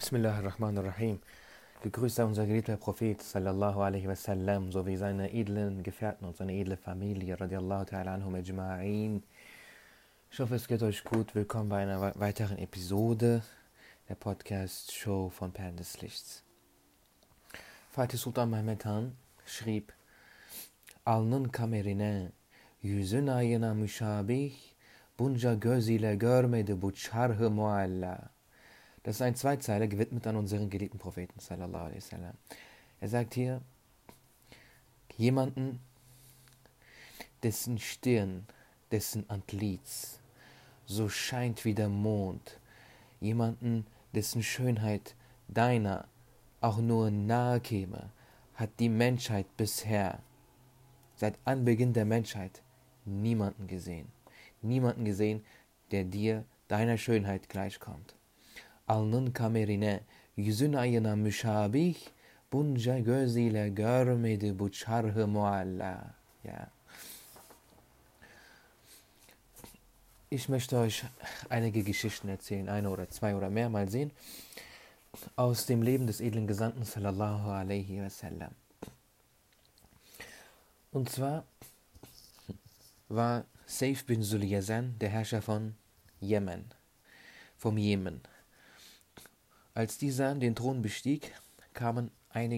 Bismillahirrahmanirrahim. Gegrüßt sei unser geliebter Prophet, sallallahu alaihi wasallam, sowie seine edlen Gefährten und seine edle Familie, radiallahu ta'ala anhum ajma'in. Ich hoffe, es geht euch gut. Willkommen bei einer weiteren Episode der Podcast-Show von Perlen des Lichts. Fatih Sultan Mehmet Han schrieb: Alnın kamerine, yüzün ayına müşabih, bunca göz ile görmedi bu çarhı mualla. Das ist ein Zweizeiler, gewidmet an unseren geliebten Propheten, sallallahu alaihi wasallam. Er sagt hier, jemanden, dessen Stirn, dessen Antlitz so scheint wie der Mond, jemanden, dessen Schönheit deiner auch nur nahe käme, hat die Menschheit bisher, seit Anbeginn der Menschheit, niemanden gesehen. Niemanden gesehen, der dir, deiner Schönheit gleichkommt. Alnın kamerine, yüzün ayına müşabih, bunca göz ile görmedi bu çarhı mualla. Ja. Ich möchte euch einige Geschichten erzählen, eine oder zwei oder mehr, mal sehen, aus dem Leben des edlen Gesandten, sallallahu alaihi wasallam. Und zwar war Saif bin Sulyasan der Herrscher von Jemen, vom Jemen. Als dieser den Thron bestieg, kamen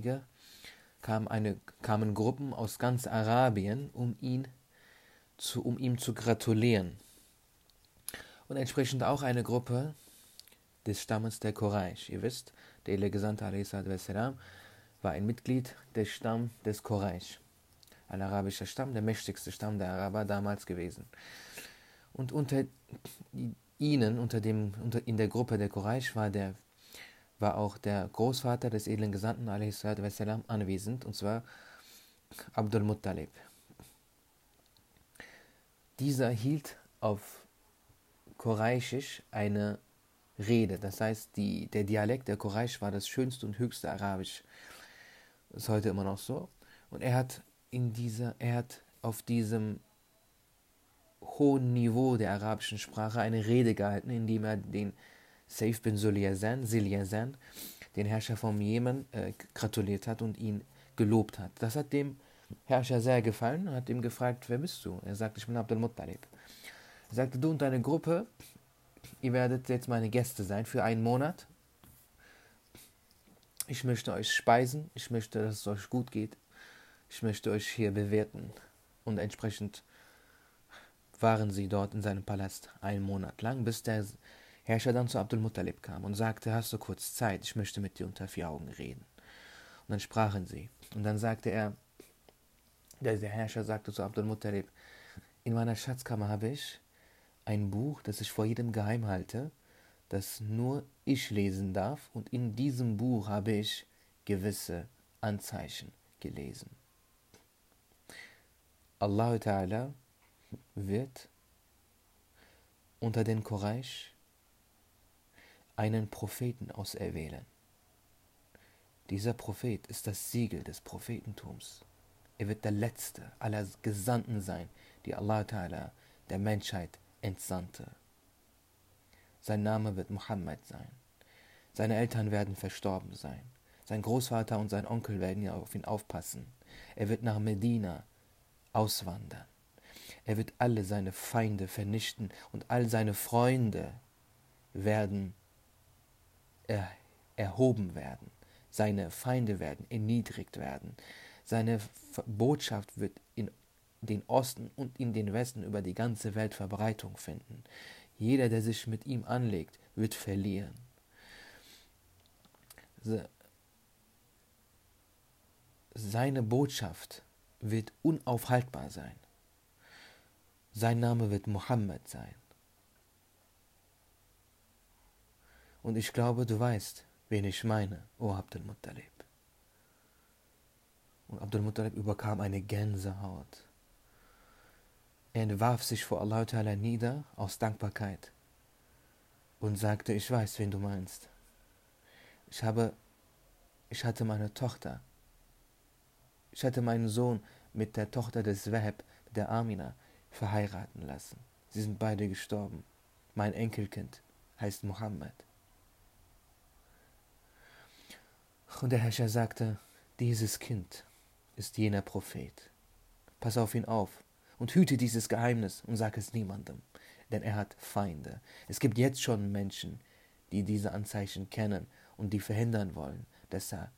Gruppen aus ganz Arabien, um ihm zu gratulieren. Und entsprechend auch eine Gruppe des Stammes der Quraysh. Ihr wisst, der edle Gesandte a.s. war ein Mitglied des Stamms des Quraysh. Ein arabischer Stamm, der mächtigste Stamm der Araber damals gewesen. Und unter ihnen, in der Gruppe der Quraysh war auch der Großvater des edlen Gesandten a.s. anwesend, und zwar Abdul Muttalib. Dieser hielt auf Quraischisch eine Rede, das heißt, der Dialekt der Quraysh war das schönste und höchste Arabisch. Das ist heute immer noch so. Und er hat auf diesem hohen Niveau der arabischen Sprache eine Rede gehalten, indem er den Saif bin Sulyasan, den Herrscher vom Jemen, gratuliert hat und ihn gelobt hat. Das hat dem Herrscher sehr gefallen und hat ihm gefragt: Wer bist du? Er sagte: Ich bin Abdul Muttalib. Er sagte: Du und deine Gruppe, ihr werdet jetzt meine Gäste sein für einen Monat. Ich möchte euch speisen, ich möchte, dass es euch gut geht. Ich möchte euch hier bewirten. Und entsprechend waren sie dort in seinem Palast einen Monat lang, bis der Herrscher dann zu Abdul Muttalib kam und sagte: Hast du kurz Zeit, ich möchte mit dir unter vier Augen reden. Und dann sprachen sie. Und dann sagte der Herrscher sagte zu Abdul Muttalib: In meiner Schatzkammer habe ich ein Buch, das ich vor jedem geheim halte, das nur ich lesen darf, und in diesem Buch habe ich gewisse Anzeichen gelesen. Allah Ta'ala wird unter den Quraysh einen Propheten auserwählen. Dieser Prophet ist das Siegel des Prophetentums. Er wird der letzte aller Gesandten sein, die Allah Ta'ala der Menschheit entsandte. Sein Name wird Muhammad sein. Seine Eltern werden verstorben sein. Sein Großvater und sein Onkel werden ja auf ihn aufpassen. Er wird nach Medina auswandern. Er wird alle seine Feinde vernichten und all seine Freunde werden erhoben werden. Seine Feinde werden erniedrigt werden. Seine Botschaft wird in den Osten und in den Westen über die ganze Welt Verbreitung finden. Jeder, der sich mit ihm anlegt, wird verlieren. Seine Botschaft wird unaufhaltbar sein. Sein Name wird Muhammad sein. Und ich glaube, du weißt, wen ich meine, o Abdul Muttalib. Und Abdul Muttalib überkam eine Gänsehaut. Er warf sich vor Allah Ta'ala nieder aus Dankbarkeit und sagte: Ich weiß, wen du meinst. Ich hatte meine Tochter, ich hatte meinen Sohn mit der Tochter des Wahab, der Amina, verheiraten lassen. Sie sind beide gestorben. Mein Enkelkind heißt Muhammad. Und der Herrscher sagte, dieses Kind ist jener Prophet. Pass auf ihn auf und hüte dieses Geheimnis und sag es niemandem, denn er hat Feinde. Es gibt jetzt schon Menschen, die diese Anzeichen kennen und die verhindern wollen, dass er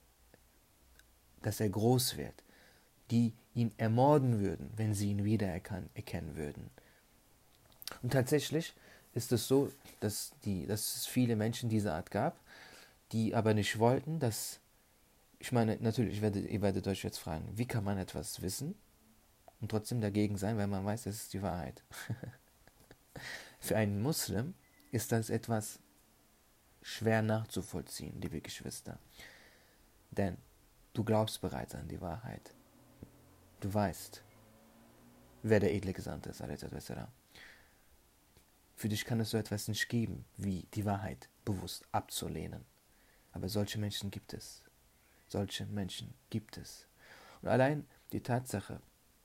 groß wird, die ihn ermorden würden, wenn sie ihn wiedererkennen würden. Und tatsächlich ist es so, dass es viele Menschen dieser Art gab, die aber nicht wollten, dass, ich meine, natürlich, ihr werdet euch jetzt fragen, wie kann man etwas wissen und trotzdem dagegen sein, weil man weiß, es ist die Wahrheit. Für einen Muslim ist das etwas schwer nachzuvollziehen, liebe Geschwister. Denn du glaubst bereits an die Wahrheit. Du weißt, wer der edle Gesandte ist, a.s.w. Für dich kann es so etwas nicht geben, wie die Wahrheit bewusst abzulehnen. Aber solche Menschen gibt es. Solche Menschen gibt es. Und allein die Tatsache,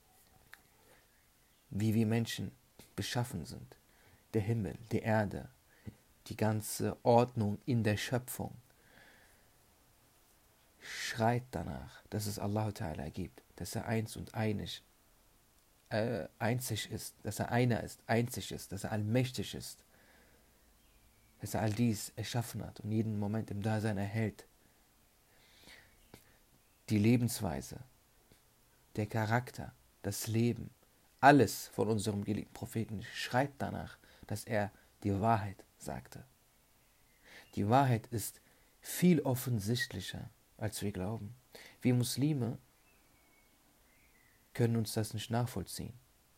wie wir Menschen beschaffen sind, der Himmel, die Erde, die ganze Ordnung in der Schöpfung, schreit danach, dass es Allah Ta'ala gibt, dass er einzig ist, dass er einer ist, einzig ist, dass er allmächtig ist, dass er all dies erschaffen hat und jeden Moment im Dasein erhält. Die Lebensweise, der Charakter, das Leben, alles von unserem geliebten Propheten schreit danach, dass er die Wahrheit sagte. Die Wahrheit ist viel offensichtlicher, als wir glauben. Wir Muslime können das nicht nachvollziehen.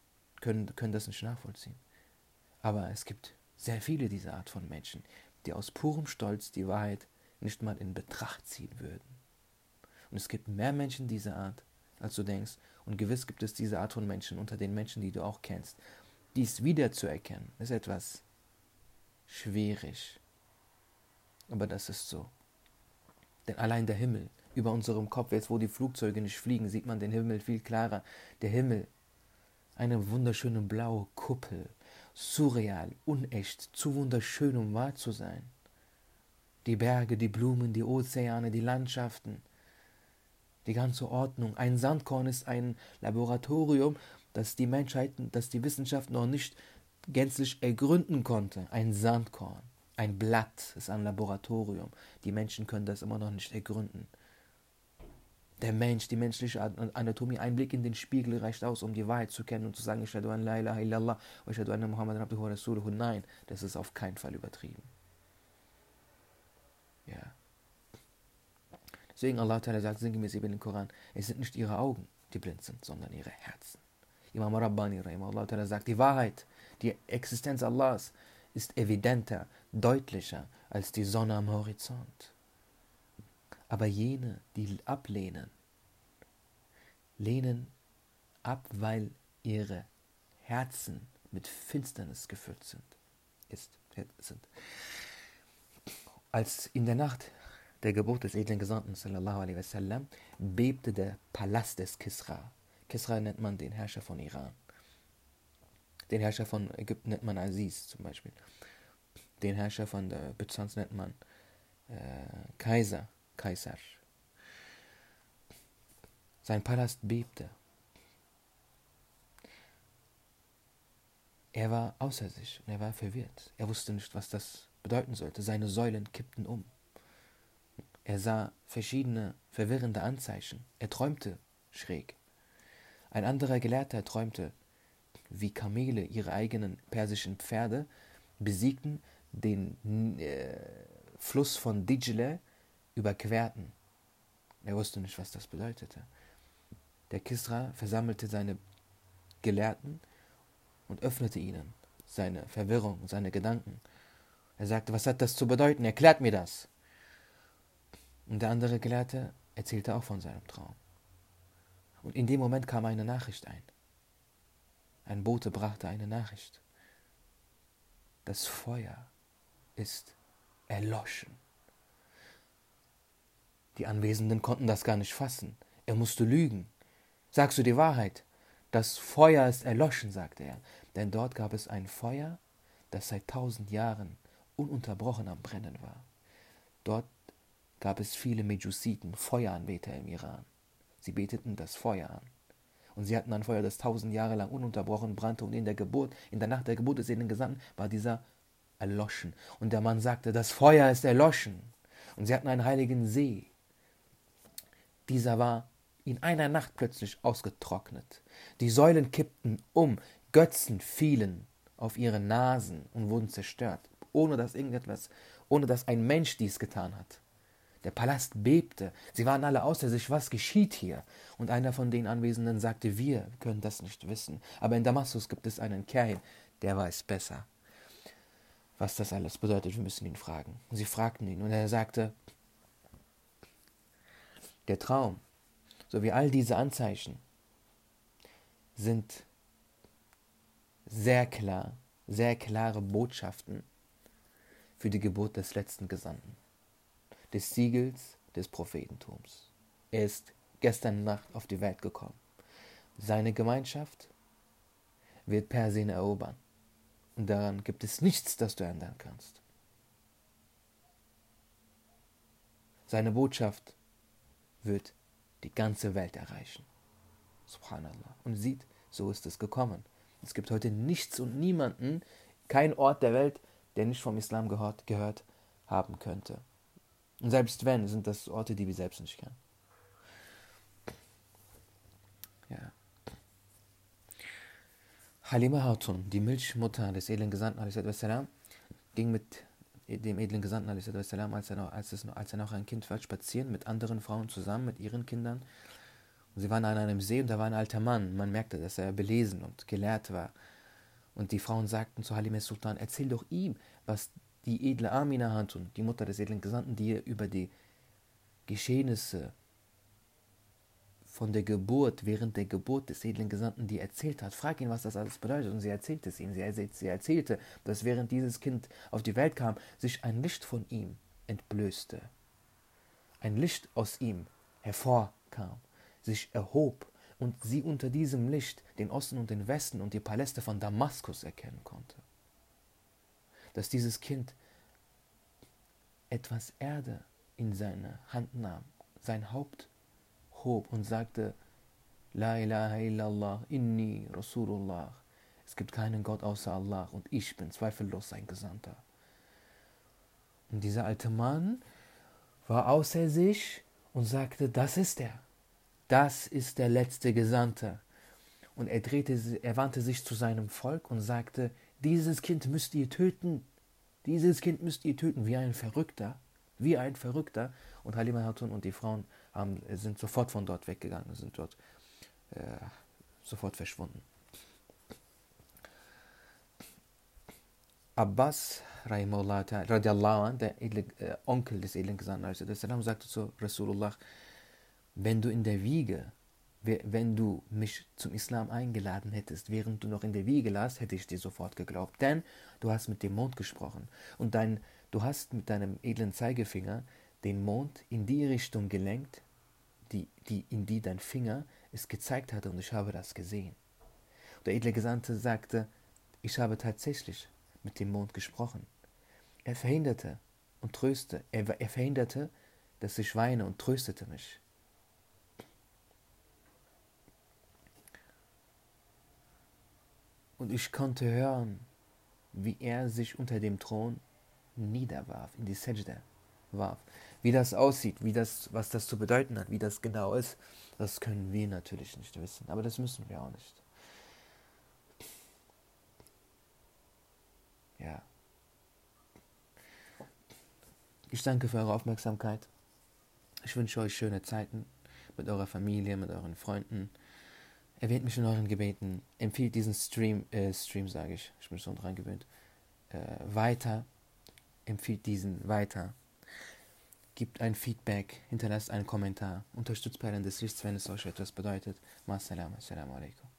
Aber es gibt sehr viele dieser Art von Menschen, die aus purem Stolz die Wahrheit nicht mal in Betracht ziehen würden. Und es gibt mehr Menschen dieser Art, als du denkst. Und gewiss gibt es diese Art von Menschen unter den Menschen, die du auch kennst. Dies wiederzuerkennen, ist etwas schwierig. Aber das ist so. Denn allein der Himmel über unserem Kopf, jetzt wo die Flugzeuge nicht fliegen, sieht man den Himmel viel klarer. Der Himmel, eine wunderschöne blaue Kuppel, surreal, unecht, zu wunderschön, um wahr zu sein. Die Berge, die Blumen, die Ozeane, die Landschaften, die ganze Ordnung. Ein Sandkorn ist ein Laboratorium, das die Menschheit, das die Wissenschaft noch nicht gänzlich ergründen konnte. Ein Sandkorn, ein Blatt ist ein Laboratorium. Die Menschen können das immer noch nicht ergründen. Der Mensch, die menschliche Anatomie, ein Blick in den Spiegel reicht aus, um die Wahrheit zu kennen und zu sagen, Ashhadu an la ilaha illallah wa ashhadu anna Muhammadan abduhu wa rasuluhu. Nein, das ist auf keinen Fall übertrieben. Ja. Deswegen Allah Ta'ala sagt sinngemäß eben im Koran, es sind nicht ihre Augen, die blind sind, sondern ihre Herzen. Imam Rabbani, Allah Ta'ala sagt, die Wahrheit, die Existenz Allahs ist evidenter, deutlicher als die Sonne am Horizont. Aber jene, die ablehnen, lehnen ab, weil ihre Herzen mit Finsternis gefüllt sind. Als in der Nacht der Geburt des edlen Gesandten sallallahu alaihi wasallam bebte der Palast des Kisra. Kisra nennt man den Herrscher von Iran. Den Herrscher von Ägypten nennt man Aziz zum Beispiel. Den Herrscher von der Byzanz nennt man Kaiser. Sein Palast bebte. Er war außer sich und er war verwirrt. Er wusste nicht, was das bedeuten sollte. Seine Säulen kippten um. Er sah verschiedene verwirrende Anzeichen. Er träumte schräg. Ein anderer Gelehrter träumte, wie Kamele ihre eigenen persischen Pferde besiegten, den Fluss von Dijle überquerten. Er wusste nicht, was das bedeutete. Der Kisra versammelte seine Gelehrten und öffnete ihnen seine Verwirrung, seine Gedanken. Er sagte, was hat das zu bedeuten? Erklärt mir das. Und der andere Gelehrte erzählte auch von seinem Traum. Und in dem Moment kam eine Nachricht ein. Ein Bote brachte eine Nachricht. Das Feuer ist erloschen. Die Anwesenden konnten das gar nicht fassen. Er musste lügen. Sagst du die Wahrheit? Das Feuer ist erloschen, sagte er. Denn dort gab es ein Feuer, das seit 1000 Jahren ununterbrochen am Brennen war. Dort gab es viele Medjusiten, Feueranbeter im Iran. Sie beteten das Feuer an. Und sie hatten ein Feuer, das 1000 Jahre lang ununterbrochen brannte. Und in der Nacht der Geburt des edlen Gesandten, war dieser erloschen. Und der Mann sagte, das Feuer ist erloschen. Und sie hatten einen heiligen See. Dieser war in einer Nacht plötzlich ausgetrocknet. Die Säulen kippten um, Götzen fielen auf ihre Nasen und wurden zerstört, ohne dass ein Mensch dies getan hat. Der Palast bebte, sie waren alle außer sich, was geschieht hier? Und einer von den Anwesenden sagte, wir können das nicht wissen, aber in Damaskus gibt es einen Kerl, der weiß besser, was das alles bedeutet, wir müssen ihn fragen. Und sie fragten ihn und er sagte, der Traum, sowie all diese Anzeichen sind sehr klare Botschaften für die Geburt des letzten Gesandten, des Siegels des Prophetentums. Er ist gestern Nacht auf die Welt gekommen. Seine Gemeinschaft wird Persien erobern. Und daran gibt es nichts, das du ändern kannst. Seine Botschaft wird die ganze Welt erreichen. Subhanallah. Und sieht, so ist es gekommen. Es gibt heute nichts und niemanden, kein Ort der Welt, der nicht vom Islam gehört haben könnte. Und selbst wenn, sind das Orte, die wir selbst nicht kennen. Ja. Halima Hatun, die Milchmutter des edlen Gesandten, ging mit dem edlen Gesandten, als er noch ein Kind war, spazieren mit anderen Frauen zusammen, mit ihren Kindern. Und sie waren an einem See und da war ein alter Mann. Man merkte, dass er belesen und gelehrt war. Und die Frauen sagten zu Halima Sultan, erzähl doch ihm, was die edle Amina Hatun, die Mutter des edlen Gesandten, dir über die Geschehnisse von der Geburt, während der Geburt des edlen Gesandten, die erzählt hat. Frag ihn, was das alles bedeutet. Und sie erzählte es ihm. Sie erzählte, dass während dieses Kind auf die Welt kam, sich ein Licht von ihm entblößte. Ein Licht aus ihm hervorkam, sich erhob und sie unter diesem Licht den Osten und den Westen und die Paläste von Damaskus erkennen konnte. Dass dieses Kind etwas Erde in seine Hand nahm, sein Haupt hob und sagte, La ilaha illallah, inni Rasulullah. Es gibt keinen Gott außer Allah und ich bin zweifellos sein Gesandter. Und dieser alte Mann war außer sich und sagte, das ist er. Das ist der letzte Gesandte. Und er wandte sich zu seinem Volk und sagte, dieses Kind müsst ihr töten. Dieses Kind müsst ihr töten, wie ein Verrückter. Wie ein Verrückter. Und Halima Hatun und die Frauen sind sofort von dort weggegangen, sind dort sofort verschwunden. Abbas, radiallahu anh, der Onkel des edlen Gesandten, sagte zu Rasulullah, wenn du mich zum Islam eingeladen hättest, während du noch in der Wiege lagst, hätte ich dir sofort geglaubt. Denn du hast mit dem Mond gesprochen und du hast mit deinem edlen Zeigefinger den Mond in die Richtung gelenkt, in die dein Finger es gezeigt hatte, und ich habe das gesehen. Und der edle Gesandte sagte, ich habe tatsächlich mit dem Mond gesprochen. Er verhinderte, dass ich weine und tröstete mich. Und ich konnte hören, wie er sich unter dem Thron niederwarf, in die Sajda warf. Wie das aussieht, was das zu bedeuten hat, wie das genau ist, das können wir natürlich nicht wissen. Aber das müssen wir auch nicht. Ja. Ich danke für eure Aufmerksamkeit. Ich wünsche euch schöne Zeiten mit eurer Familie, mit euren Freunden. Erwähnt mich in euren Gebeten. Empfiehlt diesen Stream sage ich bin schon dran gewöhnt, weiter. Empfiehlt diesen weiter. Gebt ein Feedback, hinterlasst einen Kommentar. Unterstützt Perlen des Lichts, wenn es euch etwas bedeutet. Ma salam, assalamu alaikum.